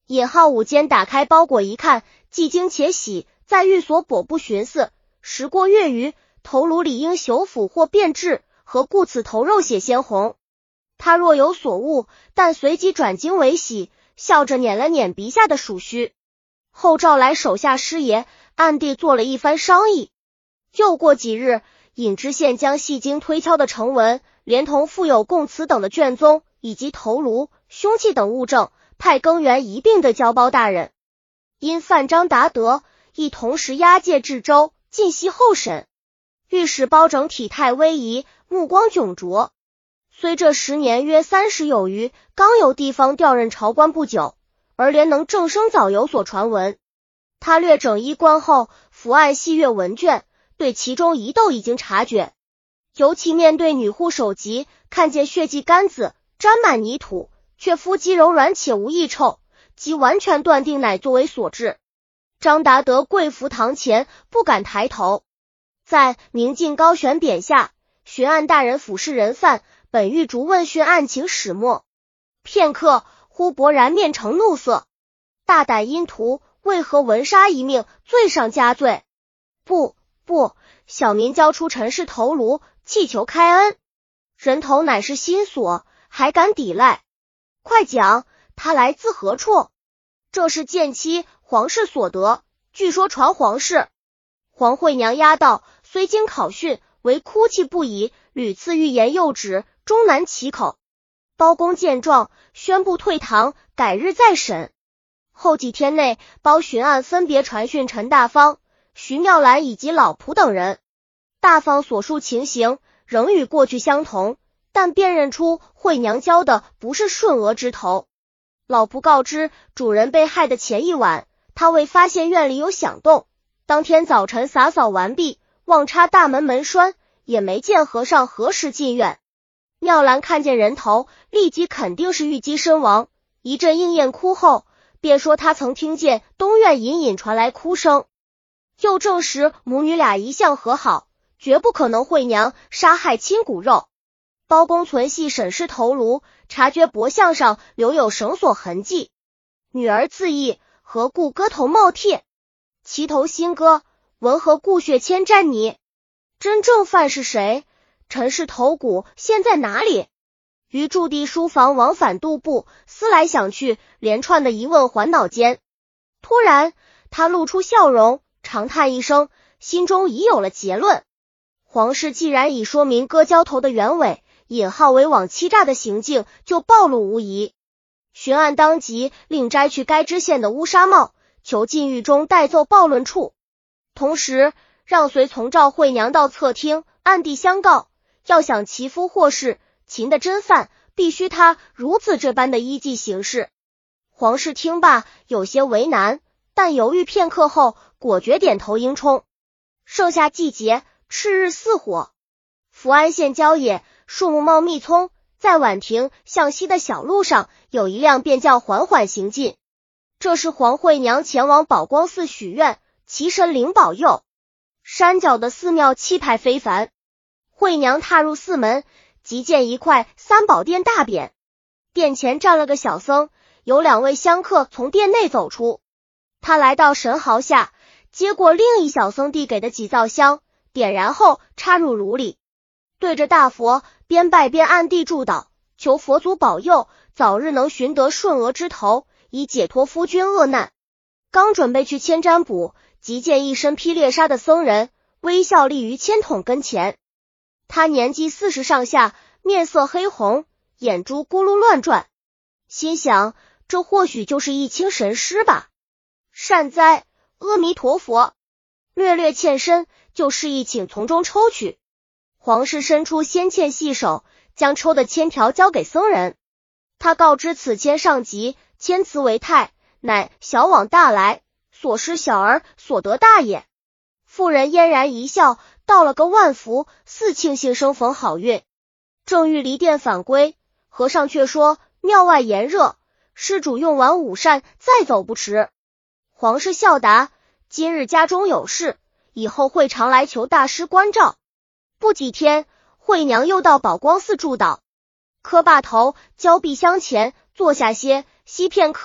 尹浩午间打开包裹一看，既惊且喜，在寓所踱步寻思，时过月余，头颅理应朽腐或变质，何故此头肉血鲜红？他若有所悟，但随即转惊为喜，笑着捻了捻鼻下的鼠须，后召来手下师爷，暗地做了一番商议。又过几日，尹知县将戏经推敲的成文，连同附有供词等的卷宗，以及头颅、凶器等物证，派更员一并对交包大人。因犯张达德，亦同时押解至州，进系候审。御史包拯体态威仪，目光炯灼。虽这10年约30有余，刚由地方调任朝官不久，而连能正生早有所传闻。他略整衣冠后，伏案细阅文卷，对其中疑窦已经察觉。尤其面对女护首级，看见血迹干子，沾满泥土，却肤肌柔软且无异臭，即完全断定乃作为所致。张达德跪伏堂前，不敢抬头。在明镜高悬匾下，巡案大人俯视人犯，本欲逐问讯案情始末，片刻，忽勃然面呈怒色。大胆阴徒，为何闻杀一命，罪上加罪？不，小民交出陈氏头颅，祈求开恩。人头乃是心锁，还敢抵赖？快讲，他来自何处？这是贱妻皇室所得，据说传皇室。黄惠娘押道，虽经考讯，唯哭泣不已，屡次欲言又止，终难启口。包公见状，宣布退堂，改日再审。后几天内，包巡案分别传讯陈大方、徐妙兰以及老仆等人。大方所述情形仍与过去相同，但辨认出惠娘交的不是顺娥之头。老仆告知主人被害的前一晚，他未发现院里有响动，当天早晨洒扫完毕，忘插大门门栓，也没见和尚何时进院。妙兰看见人头，立即肯定是遇击身亡，一阵应验哭后，便说他曾听见东院隐隐传来哭声，又证实母女俩一向和好，绝不可能惠娘杀害亲骨肉。包公存细审视头颅，察觉脖项上留有绳索痕迹，女儿自缢，何故割头冒帖？其头新割，闻何故血溅沾泥？真正犯是谁？陈氏头骨现在哪里？于驻地书房往返踱步，思来想去，连串的疑问环脑间。突然他露出笑容，长叹一声，心中已有了结论。皇室既然已说明割交头的原委，尹浩为枉欺诈的行径就暴露无遗。巡案当即令摘去该知县的乌纱帽，囚禁狱中代奏报论处，同时让随从赵惠娘到侧厅暗地相告，要想其夫或是秦的真犯，必须他如此这般的依计行事。皇室听罢有些为难，但犹豫片刻后，果决点头应冲。盛夏季节，赤日似火，福安县郊野树木茂密葱，在宛亭向西的小路上，有一辆便轿缓缓行进。这是黄惠娘前往宝光寺许愿，祈神灵保佑。山脚的寺庙气派非凡，惠娘踏入寺门，即见一块三宝殿大匾，殿前站了个小僧，有2位香客从殿内走出。他来到神毫下，接过另一小僧递给的几灶香，点燃后插入炉里，对着大佛边拜边暗地祝祷，求佛祖保佑，早日能寻得顺娥之头，以解脱夫君厄难。刚准备去签占卜，即见一身披猎纱的僧人微笑立于签筒跟前。他年纪40上下，面色黑红，眼珠咕噜乱转，心想这或许就是一清神师吧。善哉，阿弥陀佛。略略欠身，就示意请从中抽取。皇室伸出纤纤细手，将抽的签条交给僧人。他告知此签上集，签词为泰，乃小往大来，所施小儿，所得大也。妇人嫣然一笑，道了个万福，似庆幸生逢好运。正欲离殿返归，和尚却说庙外炎热，施主用完午膳再走不迟。皇室笑答，今日家中有事，以后会常来求大师关照。不几天，惠娘又到宝光寺祝祷，磕罢头，交臂相前，坐下歇息片刻，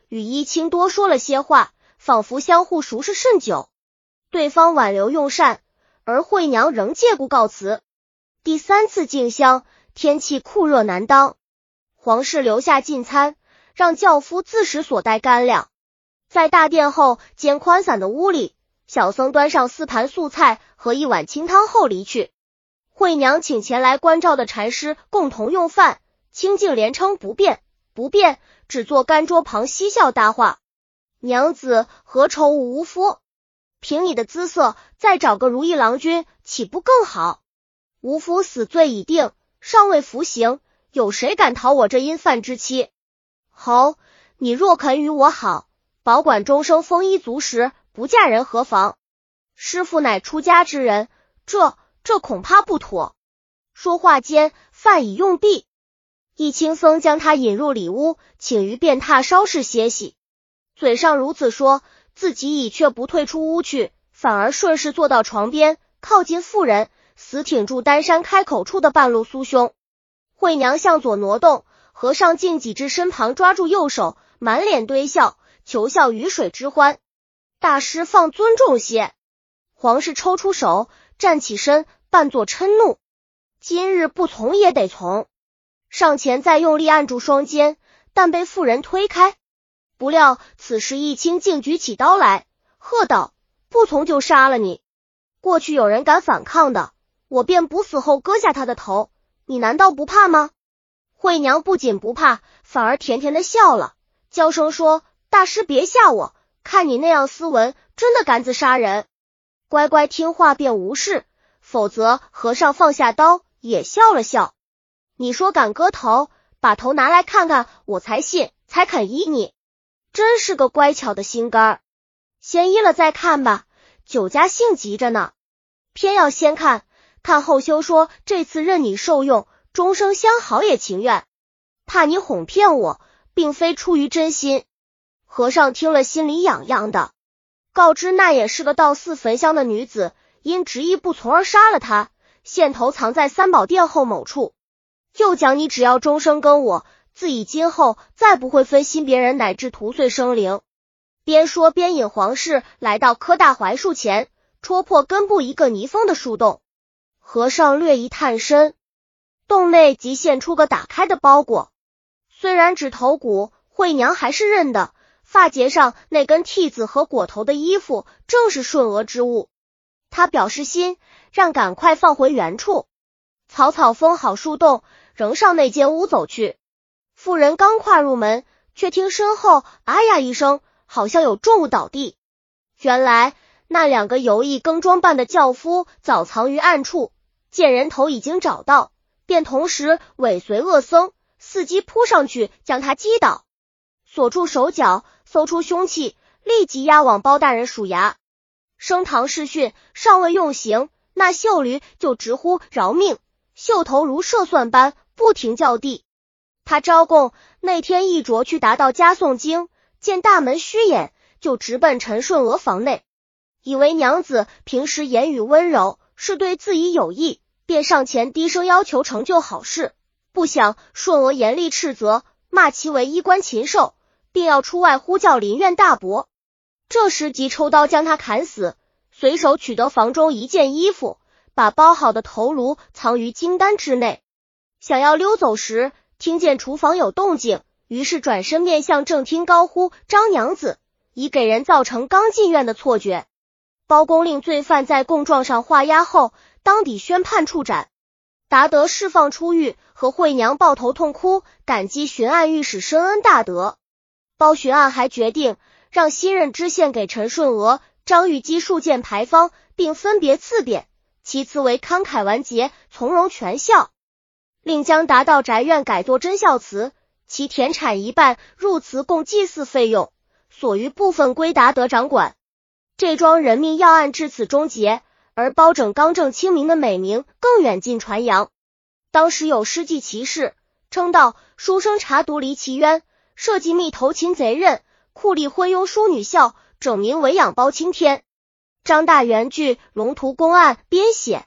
与一清多说了些话，仿佛相互熟识甚久。对方挽留用膳，而惠娘仍借故告辞。第3次进香，天气酷热难当，皇室留下进餐，让轿夫自食所带干粮。在大殿后间宽散的屋里，小僧端上4盘素菜和1碗清汤后离去。惠娘请前来关照的禅师共同用饭，清净连称不便，不便，只坐干桌旁嬉笑搭话。娘子何愁无夫？凭你的姿色，再找个如意郎君，岂不更好？吾夫死罪已定，尚未服刑，有谁敢讨我这因犯之妻？侯，你若肯与我好，保管终生丰衣足食，不嫁人何妨？师父乃出家之人，这恐怕不妥。说话间，饭已用毕，一清僧将他引入里屋，请于便榻稍事歇息。嘴上如此说，自己已却不退出屋去，反而顺势坐到床边，靠近妇人，死挺住丹山开口处的半露酥胸。惠娘向左挪动，和尚径己至身旁，抓住右手，满脸堆笑，求笑鱼水之欢。大师放尊重些。皇室抽出手，站起身，扮作嗔怒。今日不从也得从。上前再用力按住双肩，但被妇人推开。不料此时一清竟举起刀来，喝道：不从就杀了你！过去有人敢反抗的，我便不死后割下他的头，你难道不怕吗？惠娘不仅不怕，反而甜甜的笑了，娇声说：大师别吓我，看你那样斯文，真的敢自杀人。乖乖听话便无事，否则和尚放下刀，也笑了笑。你说敢割头，把头拿来看看，我才信，才肯依你。真是个乖巧的心肝儿，先依了再看吧，酒家性急着呢，偏要先看，看后休说这次任你受用，终生相好也情愿，怕你哄骗我，并非出于真心。和尚听了心里痒痒的，告知那也是个到寺焚香的女子，因执意不从而杀了她，现头藏在三宝殿后某处，又讲你只要终生跟我，自以今后再不会分心别人，乃至屠碎生灵。边说边引皇室来到棵大槐树前，戳破根部一个泥封的树洞。和尚略一探身，洞内即现出个打开的包裹，虽然只头骨，惠娘还是认得，发结上那根屉子和裹头的衣服正是顺娥之物。他表示心，让赶快放回原处，草草封好树洞，仍上那间屋走去。妇人刚跨入门，却听身后啊呀一声，好像有重物倒地。原来那2个游艺更装扮的轿夫早藏于暗处，见人头已经找到，便同时尾随恶僧，伺机扑上去将他击倒，锁住手脚，搜出凶器，立即押往包大人数衙。升堂试训，尚未用刑，那绣驴就直呼饶命，袖头如射蒜般不停叫地。他招供那天一着去达到家诵经，见大门虚掩，就直奔陈顺娥房内，以为娘子平时言语温柔，是对自己有意，便上前低声要求成就好事。不想顺娥严厉斥责，骂其为衣冠禽兽，并要出外呼叫林院大伯。这时即抽刀将他砍死，随手取得房中一件衣服，把包好的头颅藏于金丹之内。想要溜走时，听见厨房有动静，于是转身面向正厅高呼张娘子，以给人造成刚进院的错觉。包公令罪犯在供状上画押后，当底宣判处斩。达得释放出狱，和惠娘抱头痛哭，感激巡按御史深恩大德。包巡按还决定让新任知县给陈顺娥、张玉基数件牌坊，并分别赐匾，其次为慷慨完结，从容全孝。另将达道宅院改作真孝祠，其田产一半入祠供祭祀费用，所余部分归达得掌管。这桩人命要案至此终结，而包拯刚正清明的美名更远近传扬。当时有诗记其事，称道书生查独离其冤，设计密投擒贼刃，酷吏昏庸淑女笑，整民为养包青天。张大元据龙图公案编写。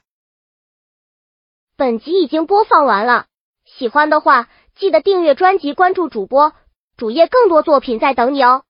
本集已经播放完了，喜欢的话记得订阅专辑，关注主播， 主页更多作品在等你哦。